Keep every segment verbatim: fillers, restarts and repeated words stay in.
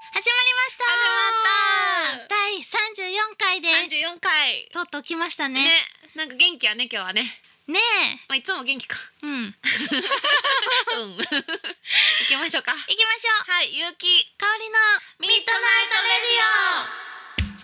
始まりました始まった第さんじゅうよんかいです。 さんじゅうよんかいとうとう来ましたね。 ね、なんか元気やね今日はね。 ねまあいつも元気か。 え、うん。行うん。行きましょうか。 きましょう。 はい、ゆうき香りのミッドナイトレディオ。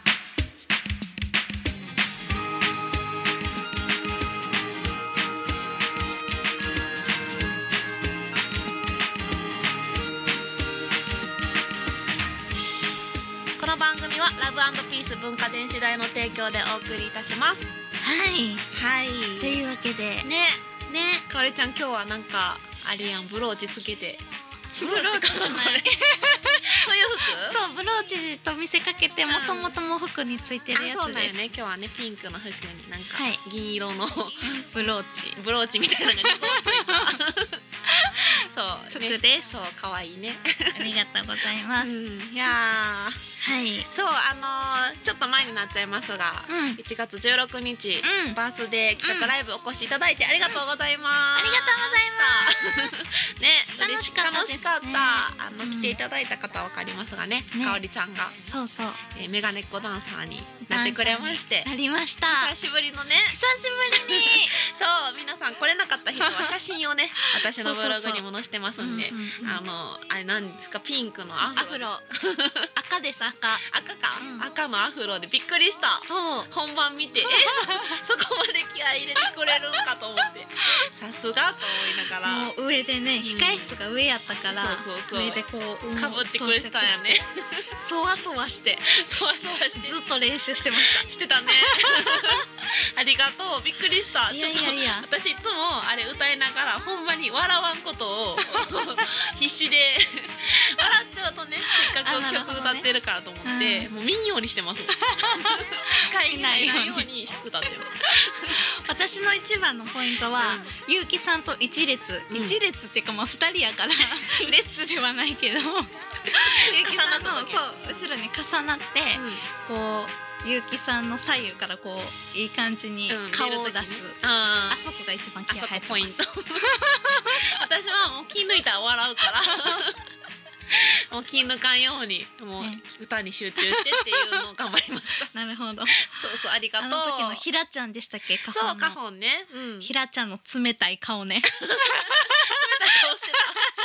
この番組はラブ&ピース文化電子台の提供でお送りいたします。 はい。 はい。 というわけで、 ね、 ね、 かおりちゃん今日はなんかあれやん、ブローチつけて。 ブローチかなこれそういう服？ そう、ブローチと見せかけて、もともとも服についてるやあ、そうつです。 だよね。今日はねピンクの服になんかはい銀色のブローチ。 ブローチみたいなのがにほんついたそう、ね、 服です。 そう、可愛いね。 ありがとうございます。 うん、いやはい。 ー、そう、あのー、ちょっと前になっちゃいますが、 うん。 いちがつじゅうろくにち、 うんバースデー企画ライブお越しいただいてありがとうございます。 ありがとうございます。ね、 楽しかった楽ですねしかった。あの、 うん来ていただいた方わかりますがね、 ねかおりちゃんが、 そうそう。 えー、メガネっ子ダンサーになってくれまして、 なりました。 久しぶりのね。 久しぶりに。 そう、皆さん来れなかった人は写真をね私のブログにも載せてますんで、 うんうんうんあのあれなんですか、ピンクのアフロアフロ。赤です赤。 赤か、 うん赤のアフロでびっくりした。 そう。 本番見てえそそこまで気合い入れてくれるんかと思ってさすがと思いながらもう上でね、 ん控室が上やったから、 そうそうそう上でこうかぶってくれてたんやね。 そわそわしてそわそわしてずっと練習してまししてたねありがとう、びっくりしたた。いやいやいやちょっと私いつもあれ歌いながらほんまに笑わんことを必死で笑っちゃうとね、せっかあなるほどねく曲歌ってるからと思って、 うんもう見んようにしてます視界がないように歌ってる私の一番のポイントは、 うんゆうきさんと一列、 うん一列っていうかまあ二人やから列ではないけどゆうきさんの重なった時そう後ろに重なって、こうゆうきさんの左右からこういい感じにうん顔を出す、 見る時ねああそこが一番気合あそ入ってますこポイント私はもう気抜いたら笑うからもう気抜かんようにもうね歌に集中してっていうのを頑張りましたなるほど。 そうそう、ありがとう。 あの時のひらちゃんでしたっけ？カホンのそう、カホンね、うん、 ひらちゃんの冷たい顔ね。 顔してた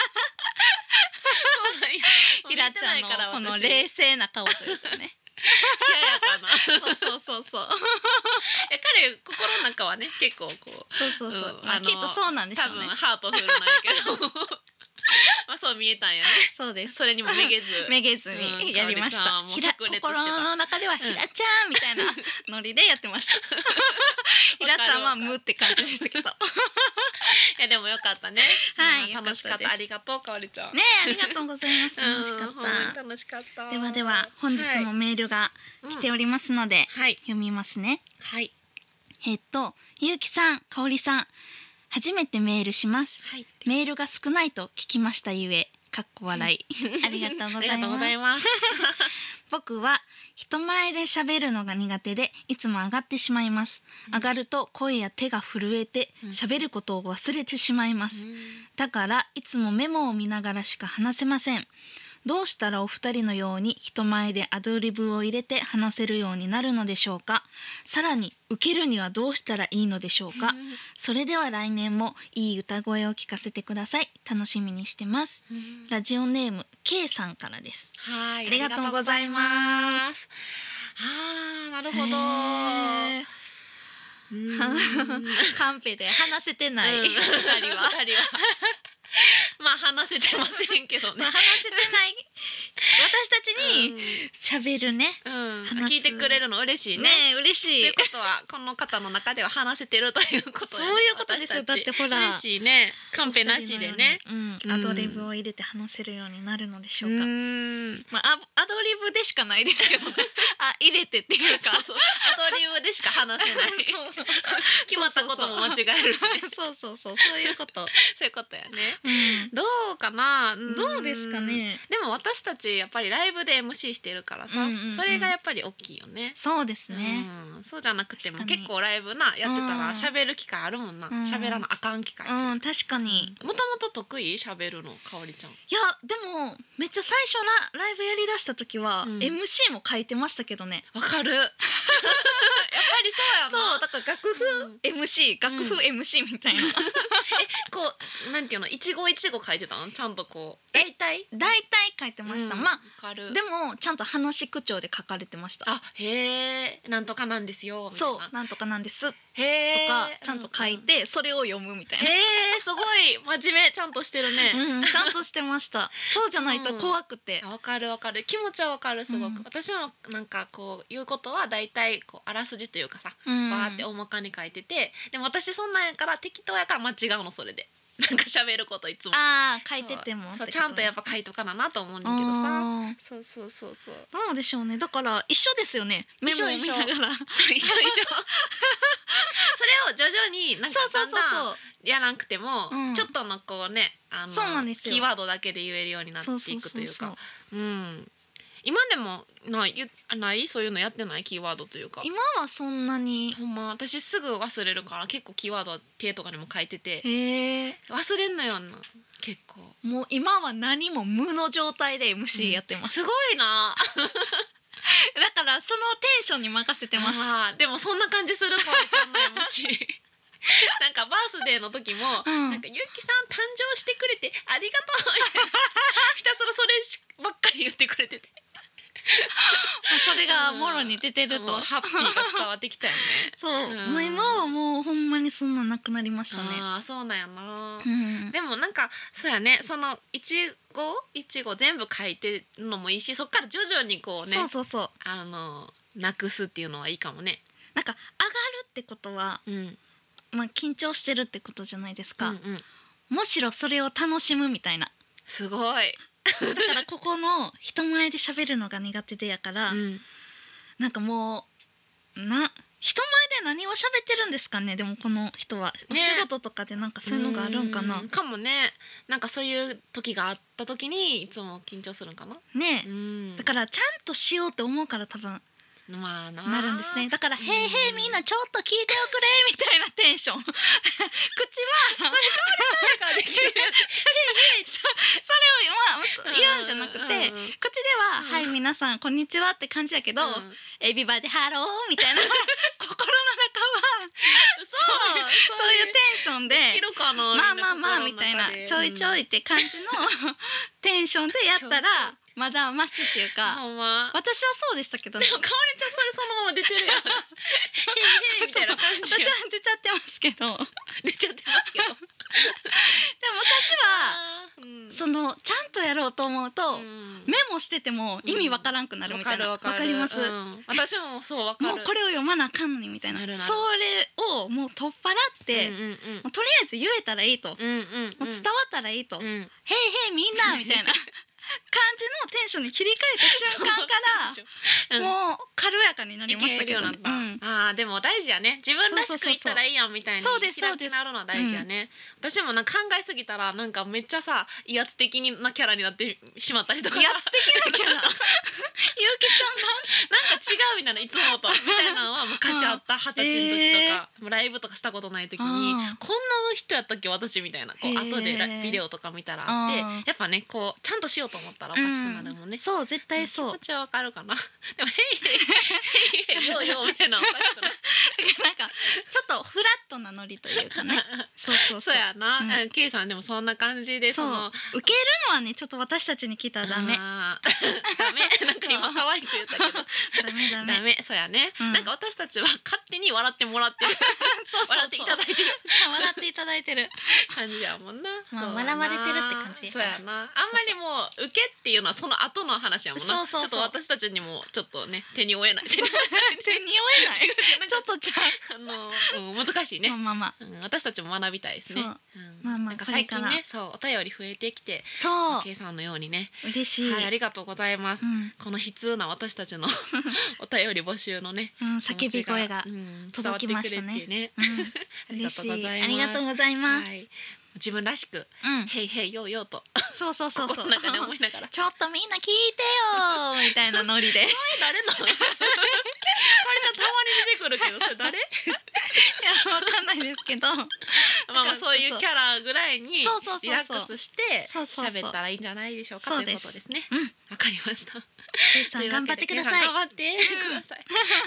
そうなんやひらちゃんのこの冷冷静な顔というかね。 ややかなそうそうそうそう。 え、彼心の中はね結構こうそうそうそう。まあうんあのきっとそうなんでし多ょうね分。ハートフルなんやけどまあそう見えたんやね。 そうです。 それにもめげずめげずうんにやりましたかおりちゃんは。もうひら炸裂してた心の中ではひらちゃんみたいなノリでやってました。ひらちゃんは無って感じでしたけど。 いやでもよかったね。 はいうん楽しかった。 よかったですありがとう、かおりちゃん。 ねえ、ありがとうございます。楽しかうんほんまにった。 楽しかった。 ではでは本日もメールがはい来ておりますので、 はい読みますね。 はいえっとゆうきさん、かおりさん、初めてメールします。 はい。 メールが少ないと聞きましたゆえ、かっこ笑い。ありがとうございますありがとうございます。 僕は人前で喋るのが苦手で、いつも上がってしまいます。上がると声や手が震えてうん喋ることを忘れてしまいます。だからいつもメモを見ながらしか話せません。どうしたらお二人のように人前でアドリブを入れて話せるようになるのでしょうか。さらに受けるにはどうしたらいいのでしょうか。それでは来年もいい歌声を聞かせてください。楽しみにしてます。 うんラジオネーム K さんからです。 はい、 ありがとうございますあー、なるほど。 へーうーんカンペで話せてない、 うん二人は二人はまあ話せてませんけどね。 まあ話せてない私たちに喋るね。 うん、うん、 話す聞いてくれるの嬉しいね。 ねえ嬉しい。 ということはこの方の中では話せてるということやね。 そういうことですよ。 私たちだってほら嬉しいね。カンペなしでね。 うん、 うんアドリブを入れて話せるようになるのでしょううか。 ん。 まあ、アアドリブでしかないですけどね。あ、入れてっていうか。 そうそう。アドリブでしか話せない。 そう決まったことも間違えるしね。 そうそうそう、そういうこと。 そういうことやね。 うん、 どうかな。んどうですかね。 でも私たちやっぱぱりライブで エムシー してるからさ、 うんうんうんそれがやっぱり大きいよね。 そうですね。 うん、そうじゃなくても確かに結構ライブなやってたうんら喋る機会あるもんな。 うん喋らなあかん機会って。 うん、確かに。 もともと得意喋るのかおりちゃん。 いやでもめっちゃ最初ラライブやりだした時は、 うんエムシー も書いてましたけどね。 わかる。やっぱりそうやな。 そうだから楽譜、 うんエムシー 楽譜 エムシー みたいな。 こうなんていうの一語一語書いてたのちゃんとこう大体。 大体書いてました。 うんまあわかる。 でもちゃんと話し口調で書かれてました。 あへえなんとかなんですよみたいな。 そうなんとかなんですとへえかちゃんと書いてそれを読むみたいな。 へえすごい真面目ちゃんとしてるね。 うん、ちゃんとしてました。そうじゃないと怖くて。 あわかるわかる気持ちはわかるすごく、 うん私もなんかこう言うことはだいたいこうあらすじというかさうんバーって大まかに書いてて、でも私そんなんやから適当やから間違うのそれでなんか喋ることいつもああ書いててもそうそうちゃんとやっぱ書いとかななと思うんだけどさあそうそうそうそうーどうでしょうね。だから一緒ですよね。メモを見ながら。 一緒一緒一緒それを徐々になんかそうそうそうだんだんそう。 やらなくても、 うんちょっとのこうねあのそうなんですよキーワードだけで言えるようになっていくというかうん今でもないゆないそういうのやってないキーワードというか今はそんなに。 ほんま私すぐ忘れるから結構キーワードは手とかにも書いててへえ。 忘れんのよな結構もう今は何も無の状態で エムシー やってます。 すごいなだからそのテンションに任せてます。 あーでもそんな感じするかおりちゃんの エムシー なんかバースデーの時も、 うんなんかゆうきさん誕生してくれてありがとうみたいなひたすらそれしばっかり言ってくれててそれがもろに出てると。 もうハッピーが伝わってきたよねそう、 うんもう今はもうほんまにそんななくなりましたね。 ああそうなんやな、 うん、 でもなんかそうやねその一語一語全部書いてるのもいいしそっから徐々にこうねそうそうそう。 あのなくすっていうのはいいかもね。 なんか上がるってことは、 うんまあ緊張してるってことじゃないですか。 うんうん、 むしろそれを楽しむみたいな。 すごい。 だからここの人前で喋るのが苦手でやから、 うんなんかもうな人前で何を喋ってるんですかね。でもこの人は、おね仕事とかでなんかそういうのがあるんかな。 うかもね。なんかそういう時があった時にいつも緊張するんかな。 ねえ、 うんだからちゃんとしようって思うから多分まあななるんですね。だから「 うんへいへいみんなちょっと聞いておくれ」みたいなテンション口はそれができるやそれを、まあ、言うんじゃなくて、 うんうんうん口では「 うんはい皆さんこんにちは」って感じやけどうん 「エビバデハロー」みたいな心の中はそうそういうテンションでできるかな。 まあまあまあみたいなみんちょいちょいって感じのテンションでやったらまだマシっていうか、 ほんま。 私はそうでしたけどね。 でもかおりちゃんそれそのまま出てるやん。へいへいみたいな感じ。 私は出ちゃってますけどでも出ちゃってますけど。 昔はうんそのちゃんとやろうと思うと、 うんメモしてても意味わからんくなるみたいな、わわかるわかるかります、 うん私もそうわかる。 もうこれを読まなあかんのにみたいななるなるそれをもう取っ払って、 うんうんうんもうとりあえず言えたらいいと、 うんうんもう伝わったらいいと、 うんへいへいみんなみたいな感じのテンションに切り替えた瞬間からもう軽やかになりましたけどね、うんああでも大事やね自分らしくいったらいいやんみたいにそうです開きなるのは大事やね、私もなんか考えすぎたらなんかめっちゃさ威圧的なキャラになってしまったりとか威圧的なキャラゆうきなんか違うみたいないつもとみたいなのは昔あった二十歳の時とか、もうライブとかしたことない時にこんあな人やったっけ私みたいなこうへー後でラビデオとか見たらあってあーやっぱねこうちゃんとしようと思ったらおかしくなるもんね、 うんそう絶対そう気持ちはわかるかなでも「へいへいへいへいようよう」みたいなのおかしくないなんかちょっとフラットなノリというかねそうそうそうやな、 うんうん、ケイさんでもそんな感じでそうその受けるのはねちょっと私たちに聞いたらダメあーダメなんか今可愛く言ったけどダメダメダメそうやね、 うんなんか私たちは勝手に笑ってもらってるそうそうそう笑っていただいてる笑っていただいてる感じやもんな、 まあそうやな笑われてるって感じですそうやなあんまりもう受けっていうのはその後の話やもんなそうそうそうちょっと私たちにもちょっとね手に負えない手に負手に負えない違う違うなんかちょっとじゃあの、うん、難しいね、 まあまあまあうん、私たちも学びたいですね。 そううんまあまあなんか最近これね、そうお便り増えてきて、 そうケイさんのようにね、 嬉しい、 はいありがとうございます。 うんこの悲痛な私たちのお便り募集のね、 うん、叫び声が気持ちうん、伝わってくれっていうね。 うん、 ありが嬉しいとうございます。 ありがとうございます、 はい。 自分らしくうんへいへいようようとそうそうそうそう心の中で思いながらちょっとみんな聞いてよみたいなノリでいえ誰なの？かりちゃんたまに出てくるけどそれ誰？ やわかんないですけどまあまあそういうキャラぐらいにそうそうそうそうリラックスしてそうそうそう喋ったらいいんじゃないでしょうかというそうですことですね。 うんわかりました。 ケイさん頑張ってください。 頑張ってうんください。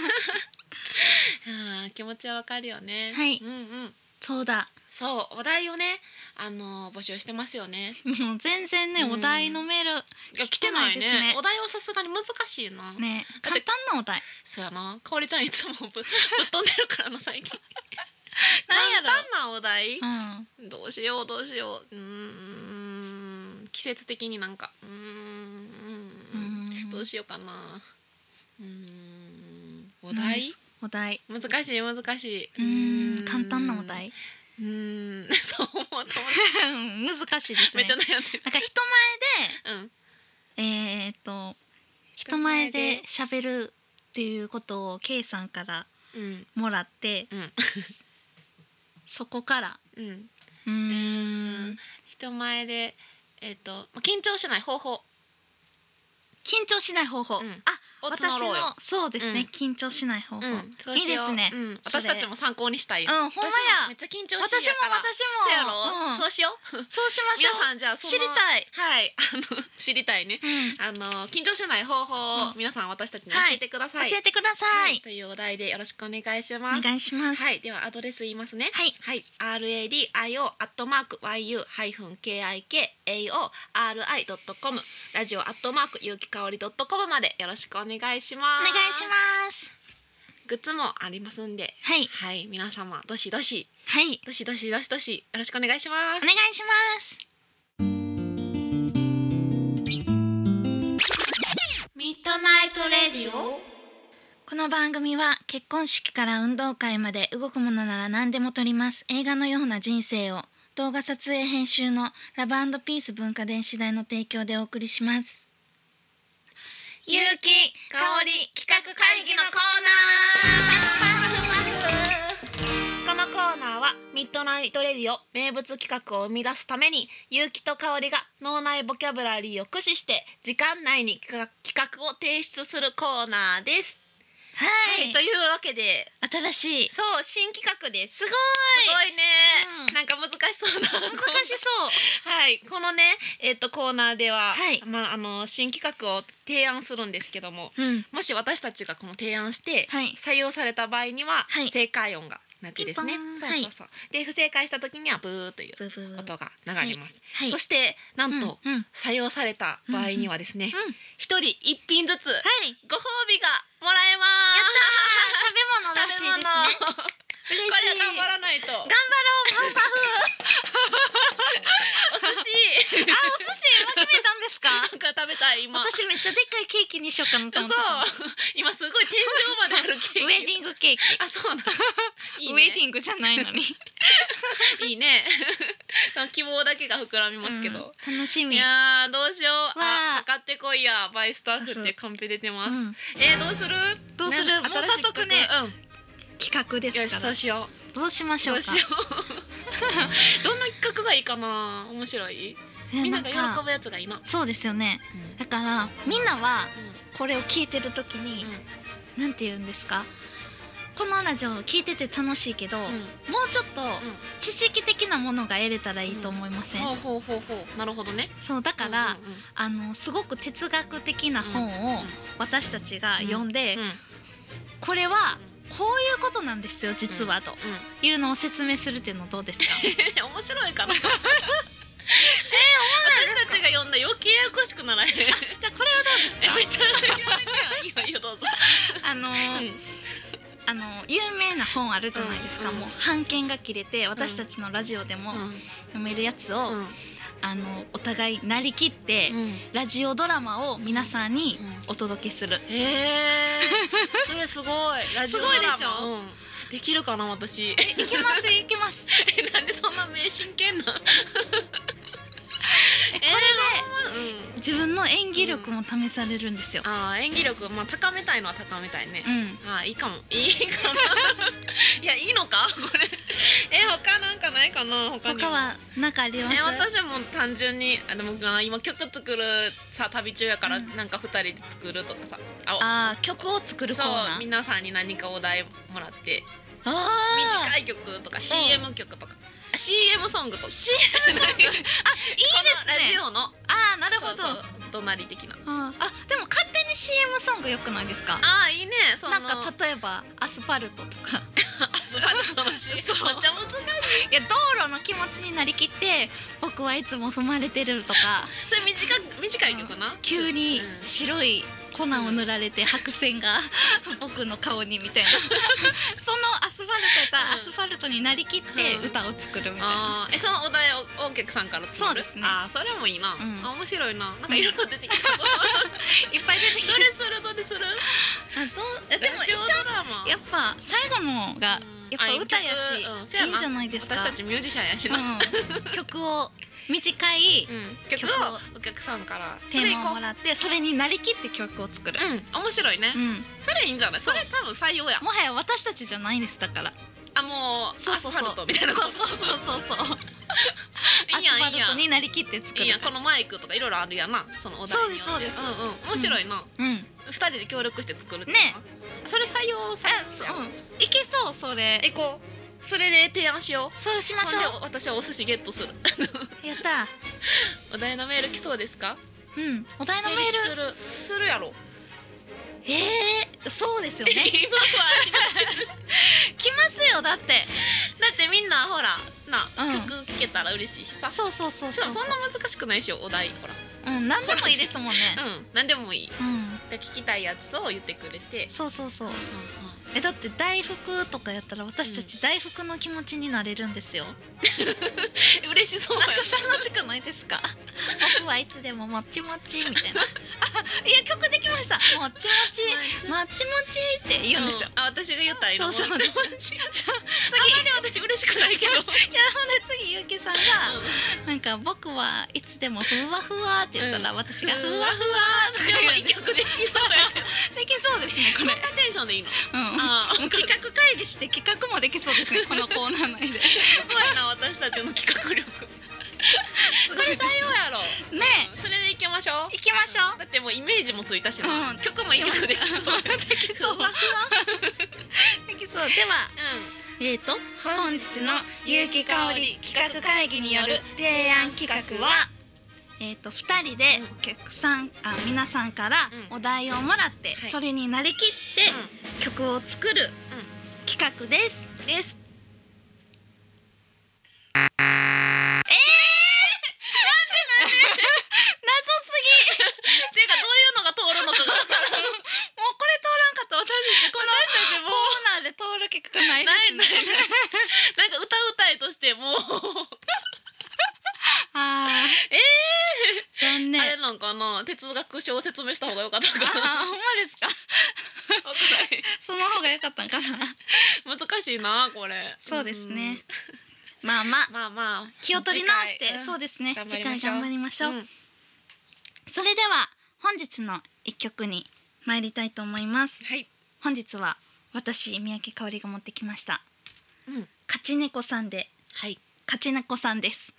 あー気持ちはわかるよね。 はいうんうん。 そうだそうお題をねあの募集してますよね。 もう全然ね、 うんお題のメールいや来てないね。 来てないですねお題はさすがに難しいな。 ねだって簡単なお題そうやな。かおりちゃんいつもぶぶっ飛んでるからな最近。 なんやろ簡単なお題う。んどうしようどうしよう。うーん季節的になんかうーんうんどうしようかな。うーんお何で題すお題難しい難しい。 うーん簡単なお題うーんそう思うと思って難しいですねめっちゃ悩んでる。 なんか人前うんでえー、っと人前で喋るっていうことを K さんからうんもらってうんそこからうん。 うーん人前でえっとまあ緊張しない方法。 緊張しない方法、 うんあを私募ろうよ。 のそうですね、 うん緊張しない方法、うんうん、そうしよういいですねうん、 それ私たちも参考にしたいよ。 ほんまや私もめっちゃ緊張しい私もやから。 私そうやもろ、 うんそうしよう。 そうしましょう皆さんじゃあその知りたい、 はい、あの知りたいね。 うん、 あの緊張しない方法をうん皆さん私たちに教えてください。 教えてください、 というお題でよろしくお願いします。 お願いしますはい、ではアドレス言いますね。 はいはい、アールエーディーアイオー アットマーク ワイユー ハイフン ケーアイケーエーオーアールアイ ドットコム ラジオアットマーク有機香りドットコムまでよろしくお願いします。 お願いしますグッズもありますんで、 はいはい、皆様どしどしはいどしどしどしどしよろしくお願いしますお。願いしますミッドナイトレディオ。 この番組は結婚式から運動会まで動くものなら何でも撮ります映画のような人生を動画撮影編集のラブ&ピース文化電子台の提供でお送りします有機香り企画会議のコーナー。このコーナーはミッドナイトレディオ名物企画を生み出すために有機と香りが脳内ボキャブラリーを駆使して時間内に企画企画を提出するコーナーです。 ははい、というわけで新しいそう新企画です。 すごいすごいね、 うんなんか難しそうな難しそうはいこのねえっ、とコーナーでは、 はいまああの新企画を提案するんですけども、 うんもし私たちがこの提案してはい採用された場合には、 はい正解音が鳴ってですねピンポンそうそうそう、で不正解した時にはブーというブブブ音が流れます、 はいそしてなんと、 うんうん採用された場合にはですねうん一、人一品ずつはいご褒美がもらえます。 やったー食べ物らしいですね食べ物嬉しいこれは頑張らないと。 頑張ろうパフパフお寿司あお寿司今決めたんですかなんか食べたい今。 私めっちゃでっかいケーキにしようかなとそう思った今すごい天井まであるケーキ。 ウェディングケーキあそうなん。いいウェデね。 ィングじゃないのにいいね。その希望だけが膨らみますけど。 うん楽しみいやーどうしよう。 わああかかってこいやバイスタッフってカンペ出てます。 うんえー、どうする？ どうするねもう早速ね新しい企画企画ですうん。よしからそうしよどうしまう。 しょうかどうしよう。どんな企画がいいかな。面白い。 えみんなが喜なんかぶやつがいいな。 そうですよねうんだからみんなはうこれを聞いてる時に、なんて言うんですかこのラジオを聞いてて楽しいけど、 んうんもうちょっと知識的なものが得れたらいいと思いません、 ほうほうほうほうなるほどね。 そうだから、 うんうんうんあのすごく哲学的な本を私たちが読んで、 うんうんこれはこういうことなんですよ実は、とうんいうのを説明するっていうのどうですか面白いかな。えー、私たちが読んだ余計ややこしくならへん。 じゃあこれはどうですかえめっちゃいいよいいよどうぞ。 あのーうんあの有名な本あるじゃないですか、 うんもう版権が切れて私たちのラジオでも読めるやつを、 うんあのお互いなりきって、 うんラジオドラマを皆さんにうんお届けする、 へーそれすごい。ラジオドラマすごいでしょうんできるかな私。 いけますいけますえなんでそんな迷信剣な。 えこれでれで、うん、 自分の演技力も試されるんですよ、 あー演技力まあ高めたいのは高めたいね。 うんあーいいかもいいかな。いやいいのかこれ。 え他なんかないかな。他に他は何かあります？ え私も単純にあでもあ今曲作るさ旅中やから、 うんなんかふたりで作るとかさああー曲を作るコそうーナー。 皆さんに何かお題もらってあー短い曲とか シーエム 曲とか、あ シーエム ソングとかシーエム ソングあいいですね。 ラジオのあーなるほど。 そうそう怒鳴り的な。 ああでも勝手に シーエム ソング良くないですか？ あーいいね。そのなんか例えばアスファルトとかアスファルトの シーエムそうめっちゃ難しい。 いや道路の気持ちになりきって僕はいつも踏まれてるとかそれ短い短い曲な。 急にうん白い粉を塗られて白線が僕の顔にみたいなそのアスファルトやったらアスファルトになりきってうん歌を作るみたいな、 あーえそのお題をお客さんから作る。 そうですねあーそれもいいな。 うんあ面白いな。なんかいろいろ出てきた。どいっぱい出てきてれするどれする。 あどうえでもラジオ一応ドラマ。 やっぱ最後のがうんやっぱ歌やし、 あ曲うんそやいいんじゃないですか。 私たちミュージシャンやしな。 うん、曲を短いうん曲曲ををお客さんからテーマをもららってそれになりきって曲を作る、 うん面白いね。 うん、 それいいんじゃない。それ多分採用や。 もはや私たちじゃないですだからあもうそうそうそうアスファルトみたいなそうそうそうそうそうアいいやんいいやんスファルトになりきって作るいいやんこのマイクとかいろいろあるやんな。そのお題によってそうですそうですうんうん面白いな。 うん二人で協力して作るってねそれ採用さえれるやん。 うんいけそうそれえこうそれで提案しよう。 そうしましょそんで私はお寿司ゲットする。 うやったお題のメール来そうですか。 うんお題のメール成立するするやろ。 えー、そうですよね今は来ますよだってだってみんなほらな、 うん曲聴けたら嬉しいしさ。 そうそうそうそうしかもそんな難しくないしよお題ほら。 うん何でもいいですもんねうん何でもいい。 うんで聞きたいやつを言ってくれて。 そうそうそううんうんえだって大福とかやったら私たち大福の気持ちになれるんですよ、 うん、嬉しそうなんやか楽しくないですか僕はいつでももっちもちみたいなあいや曲できましたもっちもちもっちもちって言うんですよ、 うんあ私が言ったらいいの。 そうそうもちもち次あんまり私嬉しくないけど。 いやほんで次ゆうきさんが、なんか僕はいつでもふわふわって言ったら、 うん私がふわふわとかでも言うんでいい曲できそうやけど。 できそうですねこれそんなテンションでいいの。 うんあもう企画会議して企画もできそうですねこのコーナー内ですごいな私たちの企画力。これ採用やろ。 ねうんそれでいきましょう。 行きましょうだってもうイメージもついたしな。 うん曲もいい曲できそう。 できそうできそうではうえーと本日の有機香り企画会議による提案企画はえーとふたりでうんお客さんあ皆さんからうんお題をもらって、 はいそれになりきって曲を作る企画です。 んです。 謎すぎっていうかどういうのが通るのかがわからん。 もうこれ通らんかった私たちこの私たちもコーナーで通る曲がないですね。 ないないないなんか歌うたいとしてもうあーえ残念。 あれなんかな哲学書を説明した方が良かったあかな。 ーほんまですか。 わかんないその方が良かったんかな。 難しいなこれ。 そうですね。まあまあうんまあまあ気を取り直して、そうでですね。 頑張次回りましょう頑張りましょう。 んそれでは本日の一曲に参りたいと思います。 はい。 本日は私三宅香織が持ってきました。 うん勝ち猫さんではい。 勝ち猫さんです。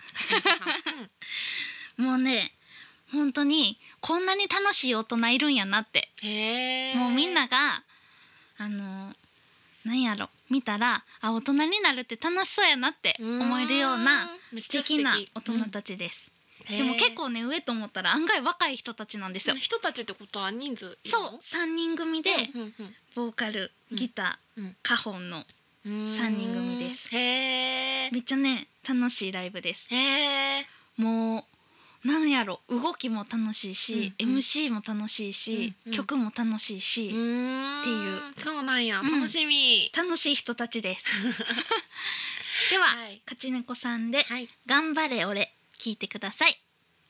うんもうね本当にこんなに楽しい大人いるんやなって、 へえ。 もうみんながあのなんやろ見たらあ大人になるって楽しそうやなって思えるような素敵な大人たちです。でも結構ね上と思ったら案外若い人たちなんですよ。 人たちってことは人数いるのそうさんにん組でうんうんボーカルうんギター、 うんカホンのうんさんにん組ですへえ。 めっちゃね楽しいライブです。 へえ。 もうなんやろ動きも楽しいし、 うんうんエムシー も楽しいし、 うんうん曲も楽しいし、 うーんっていうそうなんやうん楽しみ。 楽しい人たちです。では、 はい勝ち猫さんではい。 頑張れ俺聞いてください。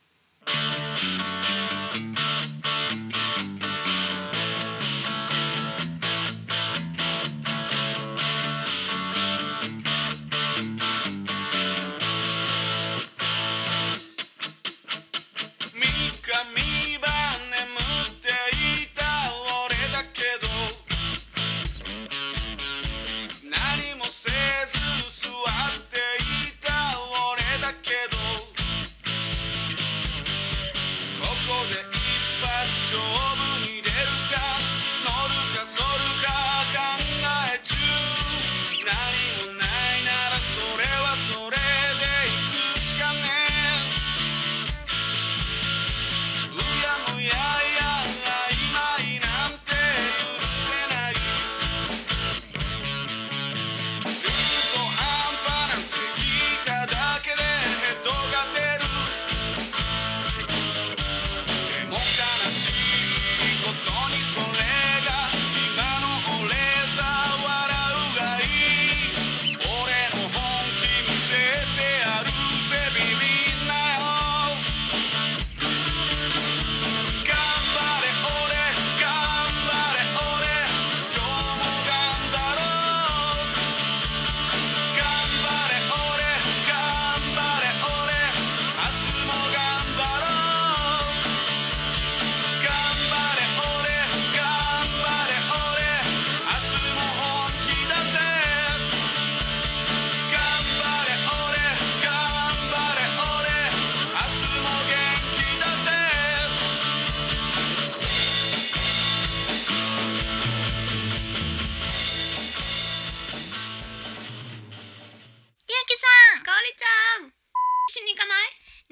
三日三晩眠っていた俺だけど何もせず座っ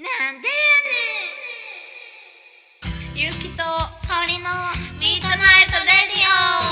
なんでゆうきと香りのミートナイトレディ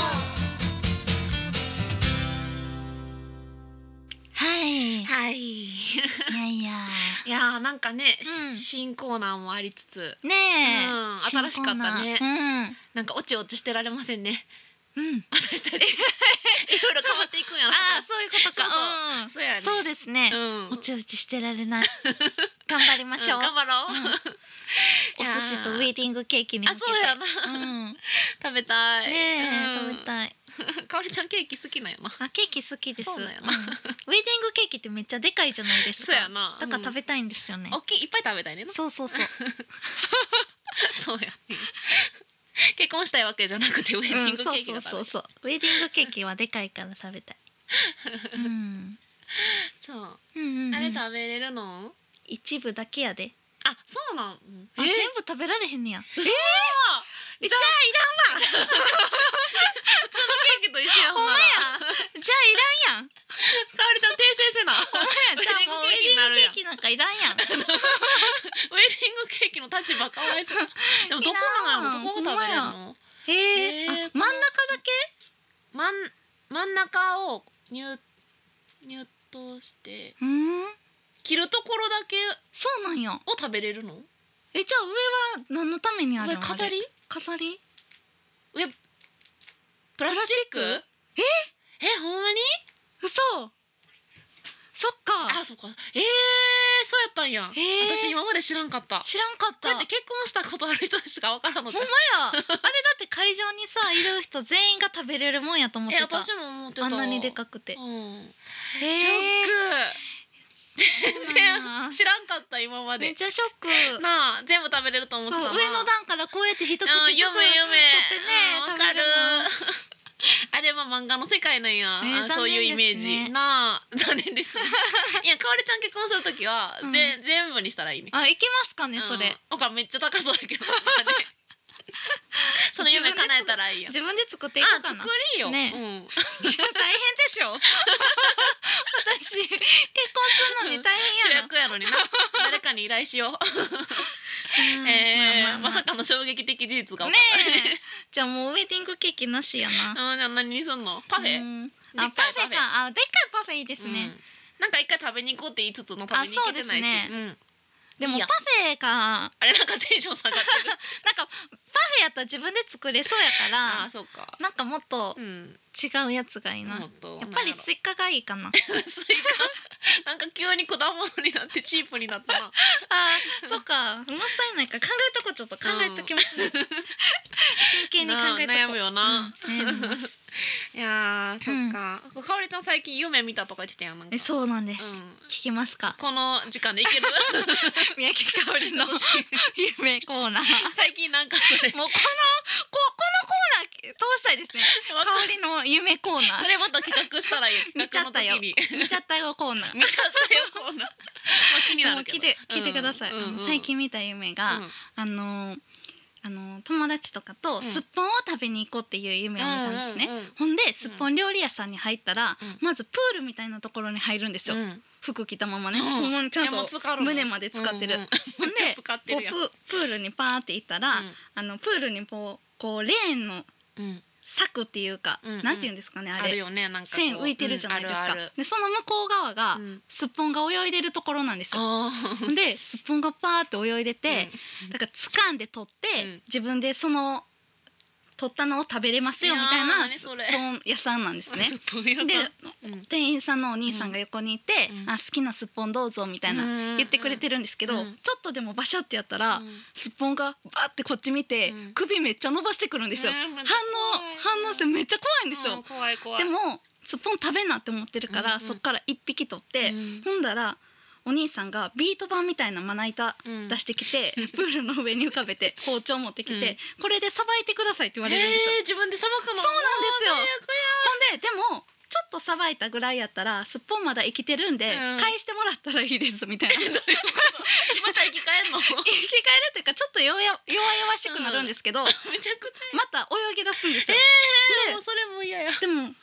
はいオ。はい。 いやいやいやーなんかね、 うんし新コーナーもありつつ、 ねえ、 うん新新しかったねコーナーなんかおちおちしてられませんね。 うんうん私たちいろいろ変わっていくんやな。 ああそういうことかそうそううんそうやね。 そうですね、 うん。 おちおちしてられない頑張りましょう、 うん頑張ろう。 うんお寿司とウいやーェディングケーキに向けてあそうやなうん、ね食べたい。 え、 うん食べたいかおりちゃんケーキ好きなんやな。 あケーキ好きですそうだよなうんウェディングケーキってめっちゃでかいじゃないですかそうやな。 だから食べ、 べたいんですよね、 大きいいっぱい食べたいねんな。 そうそうそうそうやね。結婚したいわけじゃなくてウェディングケーキが食べたい。 うん、そうそうそうそうウェディングケーキはでかいから食べたいうんそう。 うんうんうんあれ食べれるの？ 一部だけやであ、そうなん。 あ、全部食べられへんねやえー、 じゃあいらんわ普通のケーキと一緒やほんまやじゃあいらんやんかおりちゃん訂正せな。 ほんまやじゃあもうウェディングケーキなんかいらんやんウェディングケーキの立場かわいそう。でもどこなの？どこが食べれるの？ へええーあ真ん中だけ真ん真ん中を入入刀してうん切るところだけそうなんやを食べれるの？ えじゃあ上は何のためにあるの上飾り？ 飾り上プラスチック？ ええほんまに？ 嘘そっかあそっか。えー、そうやったんや。 へー私今まで知らんかった。 知らんかったこうやって結婚したことある人しかわからんのじゃん。 ほんまやあれだって会場にさいる人全員が食べれるもんやと思ってえた私も思ってた。 あんなにでかくてうん。 へショック。全然なん知らんかった今まで。 めっちゃショックなあ全部食べれると思ってたな。 そう上の段からこうやって一口ずつうん取ってね夢夢うんわかる食べるのあれは漫画の世界なんや、 ねあそういうイメー残念ですねジなあ残念ですねいやかおりちゃん結婚するときは、 うんぜ全部にしたらいいね。 あ、いけますかねそれ、 うん、他めっちゃ高そうやけどその夢叶えたらいいやん。 自分で作っていこうかなあ作りよ、 ねうん、 いや大変でしょ私結婚するのに大主変やな役やのにな誰かに依頼しよううんえーまあまあまあまさかの衝撃的事実が起ねこったえじゃあもうウェディングケーキなしやなうんじゃあ何にすんの？パフェ？ うんでっかいあパフェかあでっかいパフェいいですね、 うんなんか一回食べに行こうって言いつつの食べに行けてないし、 あそうですねうんでもいいやパフェかあれなんかテンション下がってるなんかパフェやったら自分で作れそうやかあらあそうかなんかもっとうん違うやつがいいな、 もっとやっぱりなんやスイカがいいかなろスイカなんか急に果物になってチープになったなあーそっかもったいないから考えとこちょっと考えときます、真剣に考えとこな悩むよなうん悩みますいやーそっか、かおりちゃん最近夢見たとか言ってたやんなんかえそうなんです、 うん聞きますかこの時間でいける宮城かおりの夢コーナー最近なんかそれもうこのここのコーナー通したいですね香りの夢コーナーそれまた企画したらいいよ見企画のちゃったよ時に見ちゃったよコーナー見ちゃったよコーナーまあ気にでなるけども聞いて聞いてください、 うんうんうん最近見た夢が、 うんあのあの友達とかとすっぽんを食べに行こうっていう夢を見たんですね、 うんうんうんほんですっぽん料理屋さんに入ったら、 うんまずプールみたいなところに入るんですよ、 うん服着たままね、 うんほんまにちゃんいやもうと浸かるの胸まで使ってる、 うんうんほんめっちゃで使ってるやんこうププールにパーって行ったら、 うんあのプールにこうこうレーンのうん柵っていうか、 うんうんなんていうんですかねあれあるよねなんかこう線浮いてるじゃないですか、 うんあるあるでその向こう側が、 うんすっぽんが泳いでるところなんですよあほんですっぽんがパーって泳いでて、だから掴んで取って、 うん自分でその取ったのを食べれますよみたいいやーな何それすっぽん屋さんなんですね。でで店員さんのお兄さんが横にいて「 うんあ好きなすっぽんどうぞ」みたいな言ってくれてるんですけど、 うんちょっとでもバシャってやったら、すっぽんがバーってこっち見て、 うん首めっちゃ伸ばしてくるんですよ。反応反応してめっちゃ怖いんですよ。 怖い怖いでもすっぽん食べなって思ってるから、 うんうんそっから一匹取って、 うんほんだらお兄さんがビート板みたいなまな板うん出してきて、プールの上に浮かべて包丁持ってきて、 うんこれでさばいてくださいって言われるんですよ。 へー自分でさばくのそうなんですよもうほんででもちょっとさばいたぐらいやったらすっぽんまだ生きてるんで、 うん返してもらったらいいですみたいな。 最悪やまた生き返んの生き返るっていうかちょっと弱々弱々しくなるんですけど、 めちゃくちゃまた泳ぎ出すんですよ。 えーもうそれも嫌やでも「はいさ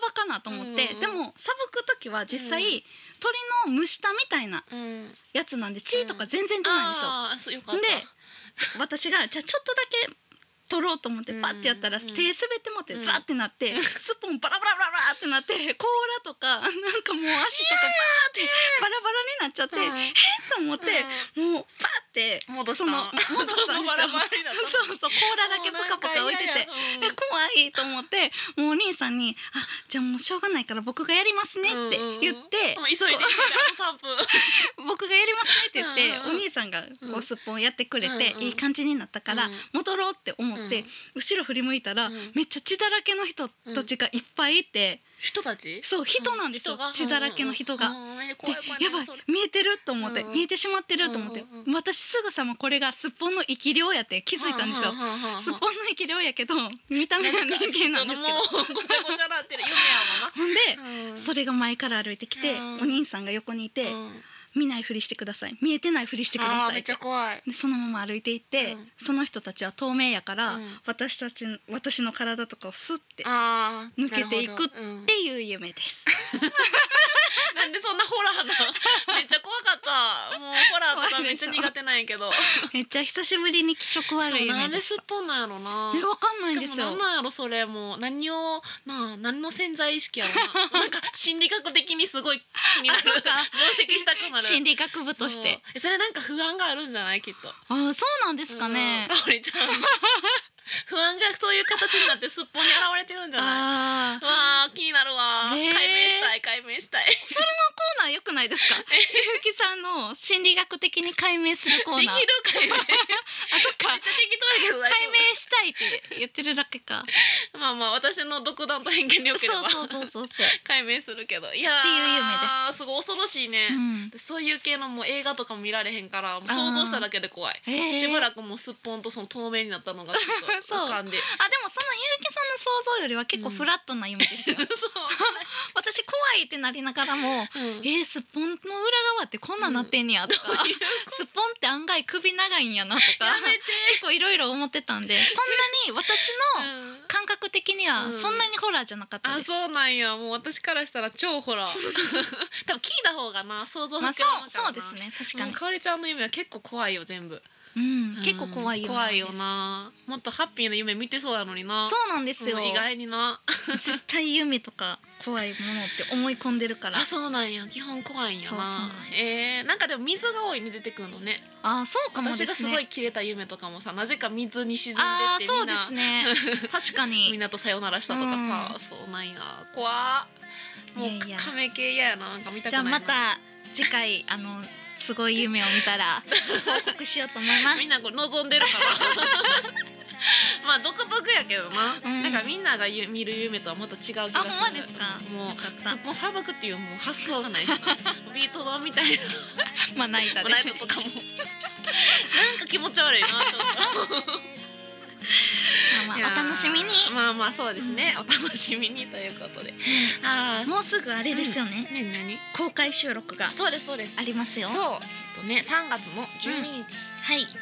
バかなと思って、 うんでもさばく時は実際、 うん鳥の蒸したみたいなうんやつなんで血とか全然出ないんですよ。 あーそうよかったで私がじゃあちょっとだけ取ろうと思ってうんパッてやったら、 うん手滑ってもってうんザーってなって、スプーンバラバラバラバラってなって甲羅とかなんかもう足とかバーってバラバラになっちゃって、 うんえっと思って、もうパーって戻したその戻したんですよ。 バラバラになったそうそう甲羅だけポカポカ置いてて。え怖いと思ってもうお兄さんに「あじゃあもうしょうがないから僕がやりますね」って言って、 もう急いで急いであとさんぷん僕がやりますねって言って、 うんうんお兄さんがこうんうすっぽんやってくれて、 うんうんいい感じになったから、 うん戻ろうって思って、 うん後ろ振り向いたら、 うんめっちゃ血だらけの人たちがいっぱいいて、 人たちそう人なんですよ、 人が血だらけの人が。 うんうんうんで怖い怖いやばいそれ見えてると思って、 うんうん見えてしまってると思って、 うんうんう私すぐさまこれがすっぽんの生き量やって気づいたんですよ。 はんはんはんはんすっぽんの生き量やけど見た目は人間なんですけど、 もうごちゃごちゃなってる夢やほんで、 もんな、うんそれが前から歩いてきて、 うんお兄さんが横にいて、 うん見ないふりしてください、見えてないふりしてくだあーめっちさいってゃ怖いでそのまま歩いていって、 うんその人たちは透明やから、 うん私たち私の体とかをスッてっあー抜けていくなるほどうんていう夢です。 なんでそんなホラーなめっちゃ怖かったもうホラーとかめっちゃ苦手なんやけどめっちゃ久しぶりに気色悪いなんですっ夢でした。 ぽんなんやろなねわかんないんですよしかもなん。なんやろそれもう何をなあ何の潜在意識やろななんか心理学的にすごい気になるあそうか分析したくなる心理学部として。 そうそれなんか不安があるんじゃないきっとあーそうなんですかね。 うんかおりちゃん不安がそういう形になってすっぽんに現れてるんじゃないああうわー気になるわ、 へー解明したい解明したいでコーナー良くないですか。ゆうきさんの心理学的に解明するコーきるナー。 解明めっあそっか。 ちゃ適当やけど大丈解夫明したいって言ってるだけか。 まあまあ私の独断と偏見でよければそうそうそうそうそう。 解明するけどいやーっていう夢すごい恐ろしいね、 うん。 そういう系のもう映画とかも見られへんからもう想像しただけで怖いへーしばらくもうすっぽんとその透明になったのがちょっとそう浮かんであでもそのゆうきさんの想像よりは結構フラットな夢でしたよ。 そう私怖いってなりながらも、 うんえー、すっぽんの裏側ってこんなんなってんねやとか、 どういうすっぽんって案外首長いんやなとかやめて結構いろいろ思ってたんで、そんなに私のうん感覚的にはうんそんなにホラーじゃなかったです。 あそうなんやもう私からしたら超ホラー多分聞いた方がな想像まあ膨らむからなそうそうですね確かに、 うんかおりちゃんの夢は結構怖いよ全部、 うん、結構怖いよ、 うん怖いよ。なもっとハッピーな夢見てそうやのになそうなんですよ、 うん意外にな絶対夢とか怖いものって思い込んでるから。 あそうなんや基本怖いんやそうそうななんですえー、なんかでも水が多いに出てくるのねあそうかもですね。 私がすごい切れた夢とかもさなぜか水に沈んであーそうでってみんなすね確かに。 港さよならしたとかさ、そうなんや怖っもういやいや亀系嫌やななんか見たくじゃあないなまた次回あのすごい夢を見たら報告しようと思います。 みんなこれ望んでるからまあ独特やけどな、 うんなんかみんながゆ見る夢とはまた違う気がするあほんまですかもうよかったすっぽん砂漠っていうもう発想がないしなビート板みたいなまな板で。 ライトとかもなんか気持ち悪いなちょっとまあいやーまあお楽しみに。 まあまあそうですね、お楽しみにということであもうすぐあれですよね。 ね何公開収録がそうですそうですありますよ。 そうえっとねさんがつのじゅうににち、 はい。 はい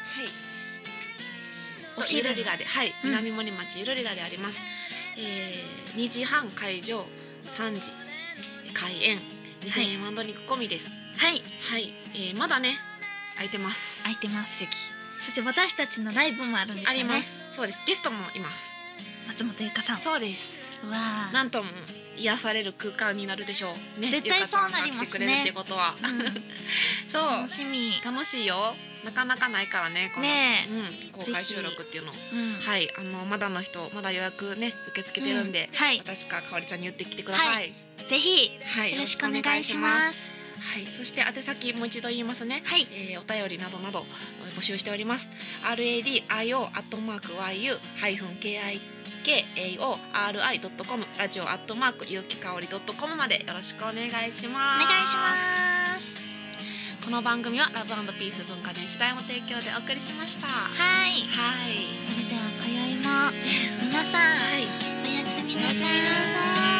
おゆ昼るりらで、はい、 うん南森町ゆるりらであります。えー、にじはん会場、さんじ開演、にせんえんワンドリンク込みです。 はい。 はい、えー、まだね、空いてます。 空いてます。 席そして私たちのライブもあるんですよね。 あります。そうです。ゲストもいます。 松本ゆかさん。 そうです。 うわあ。 なんとも癒される空間になるでしょう。ね、 絶対そうなりますねゆかちゃんが来てくれるってことは、 うんそう楽しみ。 楽しいよ。なかなかないからね、このねうん、公開収録っていうの。 うん。 はい、あのまだの人、まだ予約ね受け付けてるんで。 うんはい。 私かかおりちゃんに言ってきてください。 ぜひはい、 よろしくお願いします。 す。はい、そして宛先もう一度言いますね。 はい。 えー、お便りなどなど募集しております。アールエーディーアイオー アットマークワイユーハイフンケーアイケーエーオーアールアイドットコムラジオアットマークゆうきかおりドットコムまでよろしくお願いしおます。 願いします。 この番組はラブピース文化電子代の提供でお送りしました。ははい。 い。 それでは今宵も皆さん、 はい。 おやすみなさい。 おやすみなさい。